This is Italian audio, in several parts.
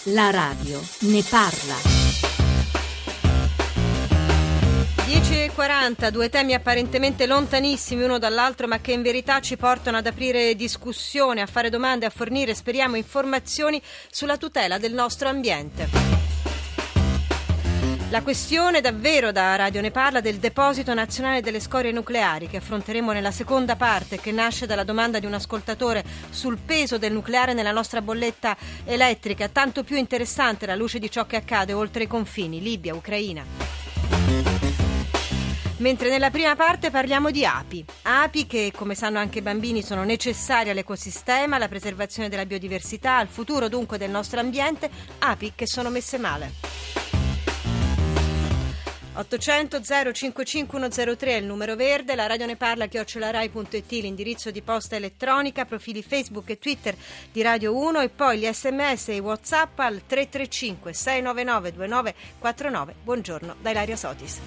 La radio ne parla. 10:40, due temi apparentemente lontanissimi uno dall'altro, ma che in verità ci portano ad aprire discussione, a fare domande, a fornire, speriamo, informazioni sulla tutela del nostro ambiente. La questione davvero da Radio ne parla del deposito nazionale delle scorie nucleari che affronteremo nella seconda parte, che nasce dalla domanda di un ascoltatore sul peso del nucleare nella nostra bolletta elettrica, tanto più interessante alla luce di ciò che accade oltre i confini, Libia, Ucraina. Mentre nella prima parte parliamo di api che, come sanno anche i bambini, sono necessarie all'ecosistema, alla preservazione della biodiversità, al futuro dunque del nostro ambiente, api che sono messe male. 800 055 103 è il numero verde, la radio ne parla @rai.it, l'indirizzo di posta elettronica, profili Facebook e Twitter di Radio 1 e poi gli sms e i WhatsApp al 335 699 2949. Buongiorno da Ilaria Sotis.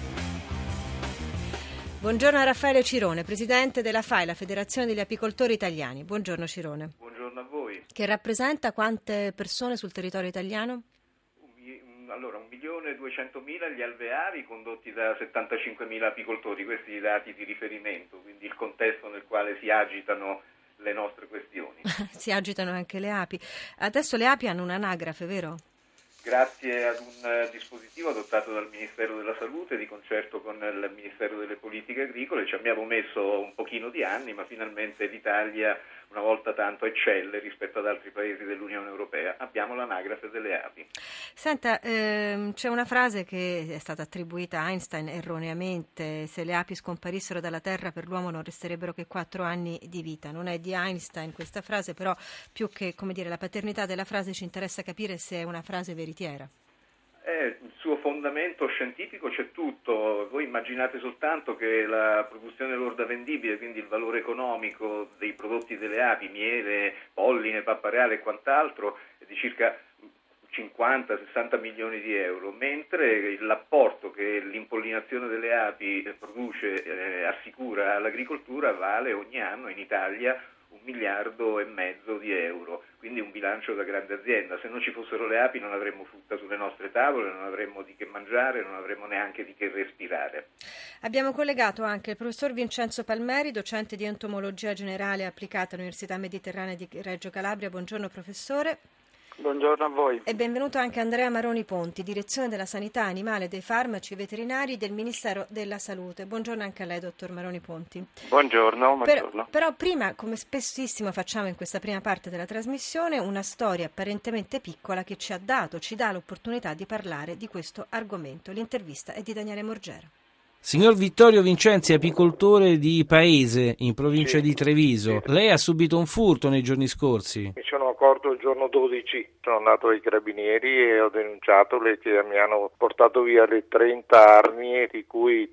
Buongiorno a Raffaele Cirone, presidente della FAI, la Federazione degli Apicoltori Italiani. Buongiorno Cirone. Buongiorno a voi. Che rappresenta quante persone sul territorio italiano? Allora, 1.200.000 gli alveari condotti da 75.000 apicoltori, questi i dati di riferimento, quindi il contesto nel quale si agitano le nostre questioni. Si agitano anche le api. Adesso le api hanno un'anagrafe, vero? Grazie ad un dispositivo adottato dal Ministero della Salute di concerto con il Ministero delle Politiche Agricole, ci abbiamo messo un pochino di anni, ma finalmente l'Italia una volta tanto eccelle rispetto ad altri paesi dell'Unione Europea. Abbiamo l'anagrafe delle api. Senta, c'è una frase che è stata attribuita a Einstein erroneamente: se le api scomparissero dalla Terra per l'uomo non resterebbero che 4 anni di vita. Non è di Einstein questa frase, però più che la paternità della frase ci interessa capire se è una frase veritiera. Il suo fondamento scientifico c'è tutto. Voi immaginate soltanto che la produzione lorda vendibile, quindi il valore economico dei prodotti delle api, miele, polline, pappa reale e quant'altro, è di circa 50-60 milioni di euro, mentre l'apporto che l'impollinazione delle api produce, assicura all'agricoltura, vale ogni anno in Italia 1,5 miliardi di euro, quindi un bilancio da grande azienda. Se non ci fossero le api non avremmo frutta sulle nostre tavole, non avremmo di che mangiare, non avremmo neanche di che respirare. Abbiamo collegato anche il professor Vincenzo Palmeri, docente di entomologia generale applicata all'Università Mediterranea di Reggio Calabria. Buongiorno professore. Buongiorno a voi. E benvenuto anche Andrea Maroni Ponti, direzione della sanità animale e dei farmaci veterinari del Ministero della Salute. Buongiorno anche a lei, dottor Maroni Ponti. Buongiorno. Però prima, come spessissimo facciamo in questa prima parte della trasmissione, una storia apparentemente piccola che ci dà l'opportunità di parlare di questo argomento. L'intervista è di Daniele Morgera. Signor Vittorio Vincenzi, apicoltore di Paese, in provincia di Treviso, lei ha subito un furto nei giorni scorsi? Mi sono accorto il giorno 12, sono andato ai carabinieri e ho denunciato che mi hanno portato via le 30 arnie, di cui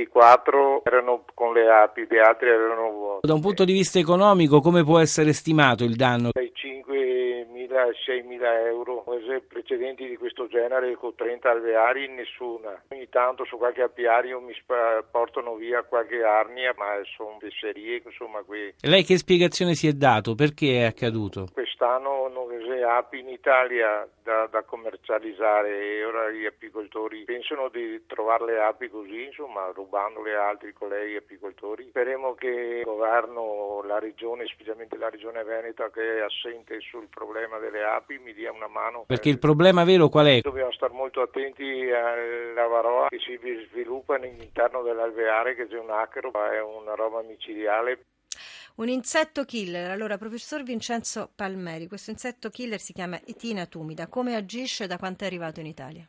24 erano con le api, gli altri erano... Da un punto di vista economico, come può essere stimato il danno? Dai 5.000 a 6.000 euro, precedenti di questo genere con 30 alveari nessuna. Ogni tanto su qualche apiario mi portano via qualche arnia, ma sono fesserie, insomma. Lei che spiegazione si è dato? Perché è accaduto? Quest'anno non c'è api in Italia da commercializzare e ora gli apicoltori pensano di trovare le api così, insomma, rubandole a altri colleghi apicoltori. Speriamo che il governo, la regione, specialmente la regione Veneto, che è assente sul problema delle api, mi dia una mano. Perché il problema vero qual è? Dobbiamo stare molto attenti alla varroa che si sviluppa all'interno dell'alveare, che c'è un acaro, è una roba micidiale. Un insetto killer. Allora, professor Vincenzo Palmeri, questo insetto killer si chiama Etina tumida. Come agisce e da quanto è arrivato in Italia?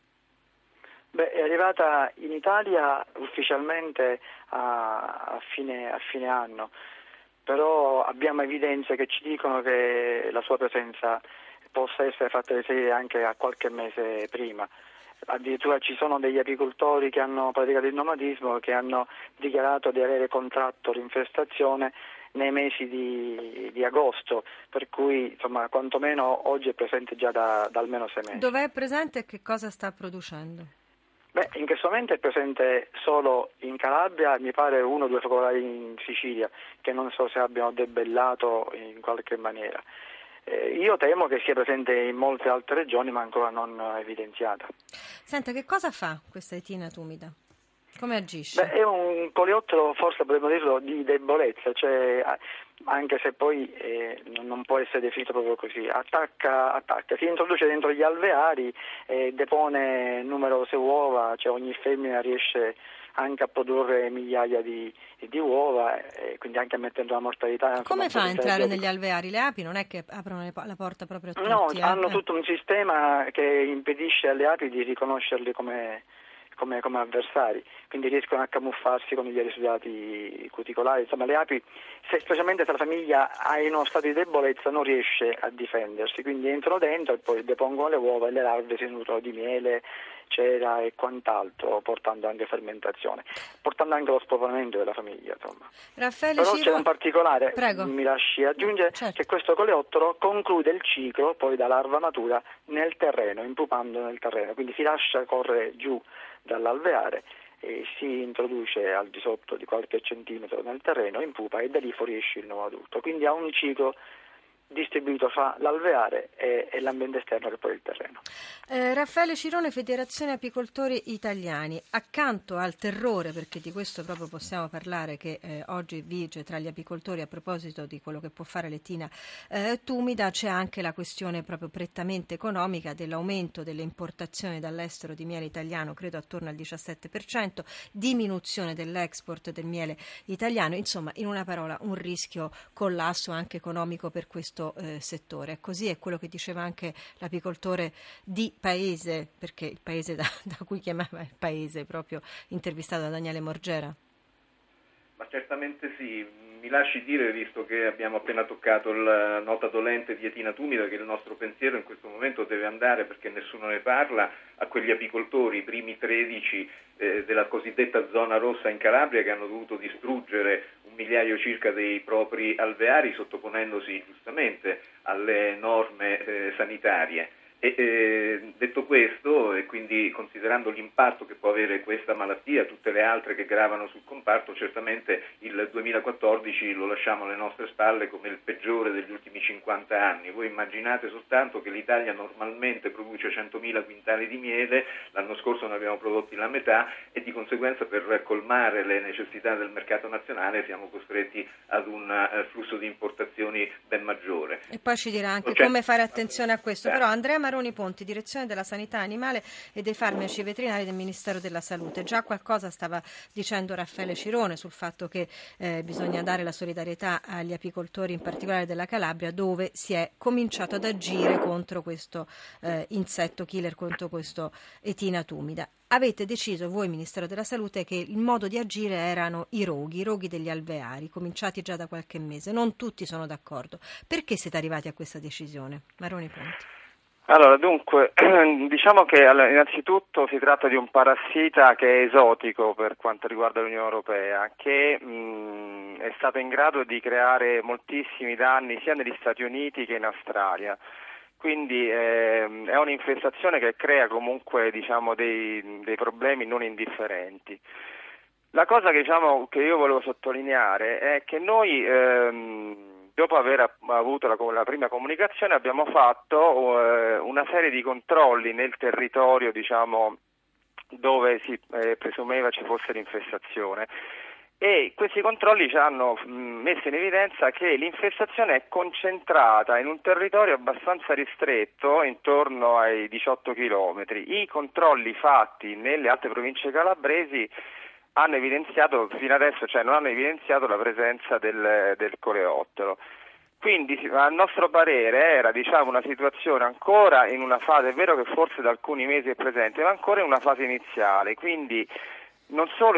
È arrivata in Italia ufficialmente a fine anno, però abbiamo evidenze che ci dicono che la sua presenza possa essere fatta risalire anche a qualche mese prima. Addirittura ci sono degli apicoltori che hanno praticato il nomadismo che hanno dichiarato di avere contratto l'infestazione nei mesi di agosto, per cui insomma quantomeno oggi è presente già da almeno 6 mesi. Dov'è presente e che cosa sta producendo? In questo momento è presente solo in Calabria, mi pare 1 o 2 focolai in Sicilia, che non so se abbiano debellato in qualche maniera. Io temo che sia presente in molte altre regioni ma ancora non evidenziata. Senta, che cosa fa questa etina tumida? Come agisce? È un coleottero, forse potremmo dirlo, di debolezza, cioè anche se poi non può essere definito proprio così, attacca, si introduce dentro gli alveari, depone numerose uova, cioè ogni femmina riesce anche a produrre migliaia di uova, quindi anche mettendo la mortalità. Come fa a entrare negli alveari? Le api non è che aprono la porta proprio a tutti? No, hanno tutto un sistema che impedisce alle api di riconoscerli come avversari, quindi riescono a camuffarsi con gli erisodati cuticolari. Insomma, le api, specialmente se la famiglia è in uno stato di debolezza, non riesce a difendersi, quindi entrano dentro e poi depongono le uova e le larve si nutrono di miele, cera e quant'altro, portando anche fermentazione, portando anche lo spopolamento della famiglia. Insomma. Raffaele Però Ciro... c'è un particolare, Prego. mi lasci aggiungere, certo, che questo coleottero conclude il ciclo poi da larva matura nel terreno, impupando nel terreno, quindi si lascia correre giù dall'alveare e si introduce al di sotto di qualche centimetro nel terreno, impupa e da lì fuoriesce il nuovo adulto. Quindi ha un ciclo distribuito fra l'alveare e l'ambiente esterno che poi è il terreno. Raffaele Cirone, Federazione Apicoltori Italiani, accanto al terrore, perché di questo proprio possiamo parlare, che oggi vige tra gli apicoltori a proposito di quello che può fare l'etina tumida, c'è anche la questione proprio prettamente economica dell'aumento delle importazioni dall'estero di miele italiano, credo attorno al 17%, diminuzione dell'export del miele italiano, insomma, in una parola, un rischio collasso anche economico per questo settore. Così è quello che diceva anche l'apicoltore di Paese, perché il paese da cui chiamava il paese, proprio intervistato da Daniele Morgera. Ma certamente sì. Mi lasci dire, visto che abbiamo appena toccato la nota dolente di etina tumida, che il nostro pensiero in questo momento deve andare, perché nessuno ne parla, a quegli apicoltori, i primi 13 della cosiddetta zona rossa in Calabria, che hanno dovuto distruggere 1 migliaio circa dei propri alveari, sottoponendosi giustamente alle norme sanitarie. Detto questo, e quindi considerando l'impatto che può avere questa malattia, tutte le altre che gravano sul comparto, certamente il 2014 lo lasciamo alle nostre spalle come il peggiore degli ultimi 50 anni. Voi immaginate soltanto che l'Italia normalmente produce 100.000 quintali di miele, l'anno scorso ne abbiamo prodotti la metà e di conseguenza per colmare le necessità del mercato nazionale siamo costretti ad un flusso di importazioni ben maggiore. E poi ci dirà anche come fare attenzione a questo, però Andrea Maroni Ponti, direzione della sanità animale e dei farmaci veterinari del Ministero della Salute. Già qualcosa stava dicendo Raffaele Cirone sul fatto che bisogna dare la solidarietà agli apicoltori, in particolare della Calabria, dove si è cominciato ad agire contro questo insetto killer, contro questo etina tumida. Avete deciso voi, Ministero della Salute, che il modo di agire erano i roghi degli alveari, cominciati già da qualche mese. Non tutti sono d'accordo. Perché siete arrivati a questa decisione? Maroni Ponti. Allora, dunque, diciamo che innanzitutto si tratta di un parassita che è esotico per quanto riguarda l'Unione Europea, che è stato in grado di creare moltissimi danni sia negli Stati Uniti che in Australia. Quindi è un'infestazione che crea comunque dei problemi non indifferenti. La cosa che io volevo sottolineare è che noi dopo aver avuto la prima comunicazione abbiamo fatto una serie di controlli nel territorio dove si presumeva ci fosse l'infestazione. E questi controlli ci hanno messo in evidenza che l'infestazione è concentrata in un territorio abbastanza ristretto, intorno ai 18 chilometri. I controlli fatti nelle altre province calabresi hanno evidenziato, fino adesso, non hanno evidenziato la presenza del coleottero. Quindi a nostro parere era una situazione ancora in una fase, è vero che forse da alcuni mesi è presente, ma ancora in una fase iniziale, quindi non solo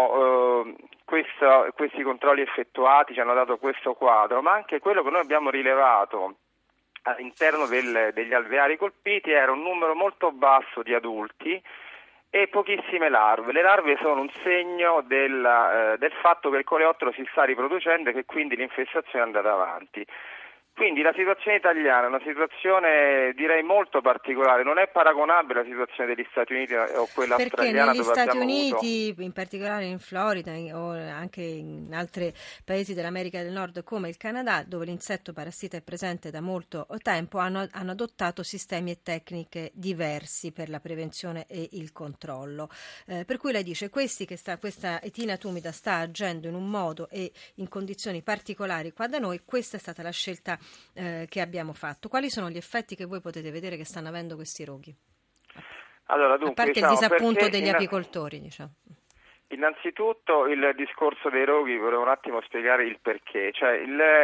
questi controlli effettuati ci hanno dato questo quadro, ma anche quello che noi abbiamo rilevato all'interno degli alveari colpiti era un numero molto basso di adulti e pochissime larve. Le larve sono un segno del fatto che il coleottero si sta riproducendo e che quindi l'infestazione è andata avanti. Quindi la situazione italiana è una situazione direi molto particolare, non è paragonabile alla situazione degli Stati Uniti o quella australiana dove Stati abbiamo Uniti, avuto... in particolare in Florida o anche in altri paesi dell'America del Nord come il Canada, dove l'insetto parassita è presente da molto tempo, hanno adottato sistemi e tecniche diversi per la prevenzione e il controllo. Per cui lei dice questa etina tumida sta agendo in un modo e in condizioni particolari qua da noi, questa è stata la scelta che abbiamo fatto. Quali sono gli effetti che voi potete vedere che stanno avendo questi roghi? Allora, dunque, a parte il disappunto degli apicoltori, diciamo. Innanzitutto il discorso dei roghi, volevo un attimo spiegare il perché, cioè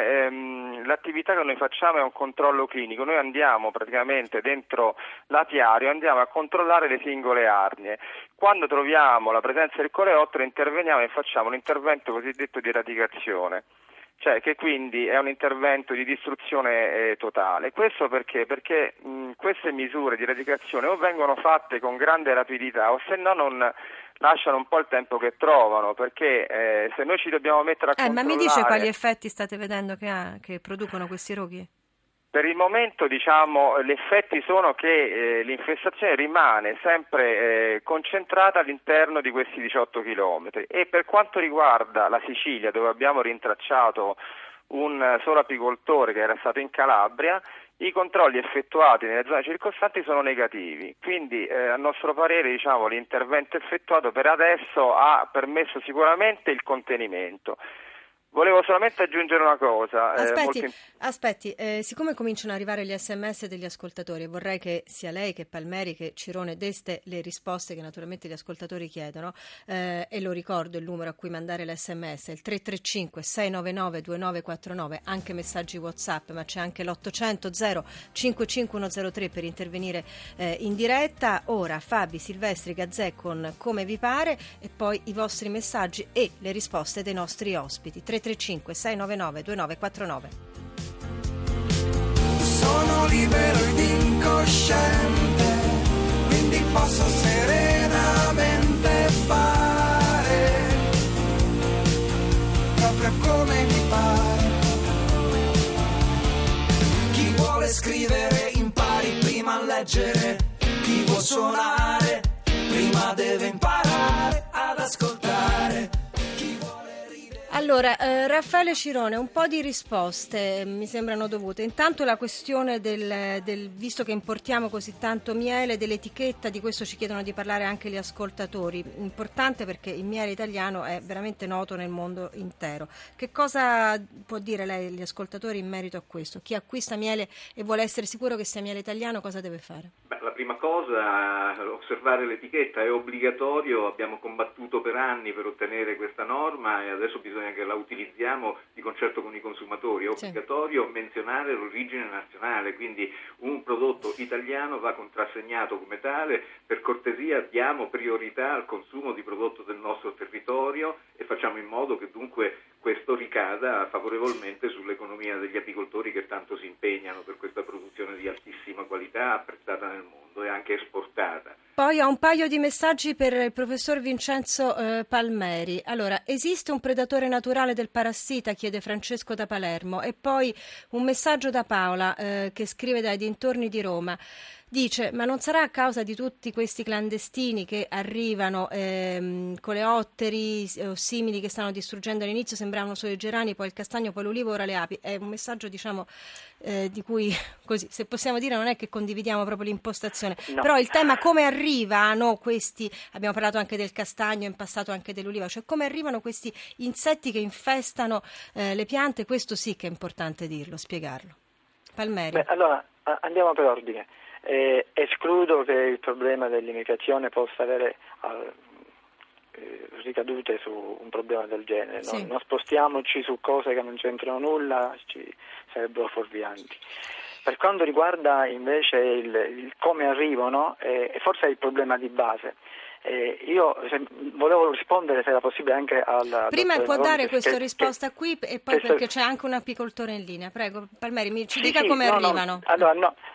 l'attività che noi facciamo è un controllo clinico, noi andiamo praticamente dentro l'apiario, andiamo a controllare le singole arnie, quando troviamo la presenza del coleottero interveniamo e facciamo un intervento cosiddetto di eradicazione. Cioè che quindi è un intervento di distruzione totale. Questo perché? Perché queste misure di eradicazione o vengono fatte con grande rapidità o se no non lasciano un po' il tempo che trovano, perché se noi ci dobbiamo mettere a controllare... Ma mi dice quali effetti state vedendo che producono questi roghi? Per il momento, diciamo, gli effetti sono che l'infestazione rimane sempre concentrata all'interno di questi 18 chilometri e per quanto riguarda la Sicilia, dove abbiamo rintracciato un solo apicoltore che era stato in Calabria, i controlli effettuati nelle zone circostanti sono negativi, quindi a nostro parere, diciamo, l'intervento effettuato per adesso ha permesso sicuramente il contenimento. Volevo solamente aggiungere una cosa. Aspetti, siccome cominciano ad arrivare gli sms degli ascoltatori, vorrei che sia lei che Palmeri che Cirone deste le risposte che naturalmente gli ascoltatori chiedono, e lo ricordo il numero a cui mandare l'sms, il 335 699 2949, anche messaggi WhatsApp, ma c'è anche l'800 55103 per intervenire in diretta. Ora Fabi Silvestri Gazzè con Come vi pare e poi i vostri messaggi e le risposte dei nostri ospiti. 335 699 2949. Sono libero ed incosciente, quindi posso serenamente fare proprio come mi pare. Chi vuole scrivere impari prima a leggere, chi vuol suonare prima deve imparare ad ascoltare. Allora, Raffaele Cirone, un po' di risposte mi sembrano dovute. Intanto la questione del visto che importiamo così tanto miele, dell'etichetta, di questo ci chiedono di parlare anche gli ascoltatori. Importante perché il miele italiano è veramente noto nel mondo intero. Che cosa può dire lei agli ascoltatori in merito a questo? Chi acquista miele e vuole essere sicuro che sia miele italiano, cosa deve fare? La prima cosa, osservare l'etichetta, è obbligatorio, abbiamo combattuto per anni per ottenere questa norma e adesso bisogna che la utilizziamo di concerto con i consumatori. È obbligatorio menzionare l'origine nazionale, quindi un prodotto italiano va contrassegnato come tale. Per cortesia diamo priorità al consumo di prodotto del nostro territorio e facciamo in modo che dunque questo ricada favorevolmente sull'economia degli apicoltori che tanto si impegnano per questa produzione di altissima qualità, apprezzata nel mondo e anche esportata. Poi ho un paio di messaggi per il professor Vincenzo Palmeri. Allora, esiste un predatore naturale del parassita? Chiede Francesco da Palermo. E poi un messaggio da Paola che scrive dai dintorni di Roma. Dice, ma non sarà a causa di tutti questi clandestini che arrivano, coleotteri o simili che stanno distruggendo all'inizio, sembravano solo i gerani, poi il castagno, poi l'ulivo, ora le api. È un messaggio, diciamo, di cui, così, se possiamo dire, non è che condividiamo proprio l'impostazione. No. Però il tema come arrivano questi, abbiamo parlato anche del castagno, in passato anche dell'ulivo, cioè come arrivano questi insetti che infestano le piante, questo sì che è importante dirlo, spiegarlo. Palmeri. Allora, andiamo per ordine. Escludo che il problema dell'immigrazione possa avere ricadute su un problema del genere. Sì. Non spostiamoci su cose che non c'entrano nulla, ci sarebbero fuorvianti. Per quanto riguarda invece il come arrivano, forse è il problema di base. Io volevo rispondere, se era possibile, anche alla... Prima può dare questa risposta qui e poi perché c'è anche un apicoltore in linea. Prego, Palmeri, ci dica come arrivano. Allora,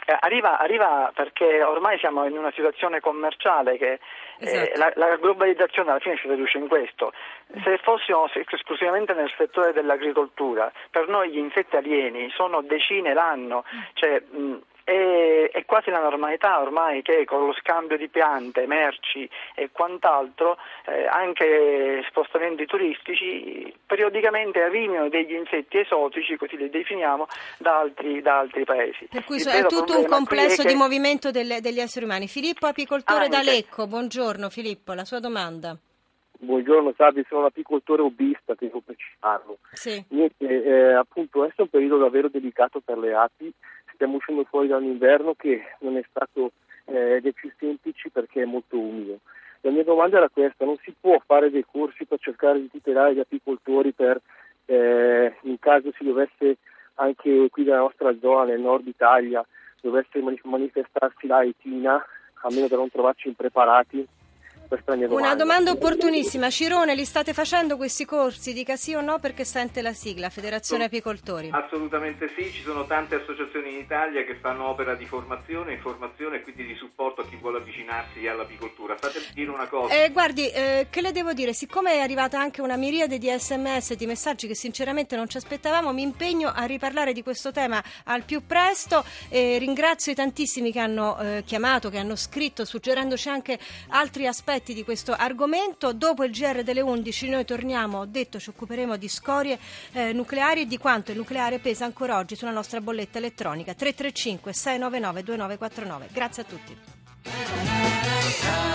Arriva perché ormai siamo in una situazione commerciale che la globalizzazione alla fine si traduce in questo. Se fossimo esclusivamente nel settore dell'agricoltura, per noi gli insetti alieni sono decine l'anno, cioè è quasi la normalità ormai che con lo scambio di piante, merci e quant'altro, anche spostamenti turistici, periodicamente arrivino degli insetti esotici, così li definiamo, da altri paesi. Per cui è tutto un complesso di movimento degli esseri umani. Filippo, apicoltore da Lecco, buongiorno Filippo, la sua domanda. Buongiorno Sabi, sono un apicoltore hobbista, devo precisarlo. Sì. Appunto questo è un periodo davvero delicato per le api. Stiamo uscendo fuori da un inverno che non è stato dei più semplici perché è molto umido. La mia domanda era questa: non si può fare dei corsi per cercare di tutelare gli apicoltori per in caso si dovesse anche qui nella nostra zona, nel nord Italia, dovesse manifestarsi la etina, a meno da non trovarci impreparati? Questa è la mia domanda. Una domanda opportunissima. Cirone, li state facendo questi corsi? Dica sì o no perché sente la sigla, Federazione Apicoltori. Assolutamente sì, ci sono tante associazioni in Italia che fanno opera di formazione, informazione e quindi di supporto a chi vuole avvicinarsi all'apicoltura. Fatemi dire una cosa. Guardi, che le devo dire? Siccome è arrivata anche una miriade di SMS, di messaggi che sinceramente non ci aspettavamo, mi impegno a riparlare di questo tema al più presto. Ringrazio i tantissimi che hanno chiamato, che hanno scritto, suggerendoci anche altri aspetti di questo argomento. Dopo il GR delle 11 noi torniamo, ho detto, ci occuperemo di scorie nucleari e di quanto il nucleare pesa ancora oggi sulla nostra bolletta elettronica. 335 699 2949. Grazie a tutti.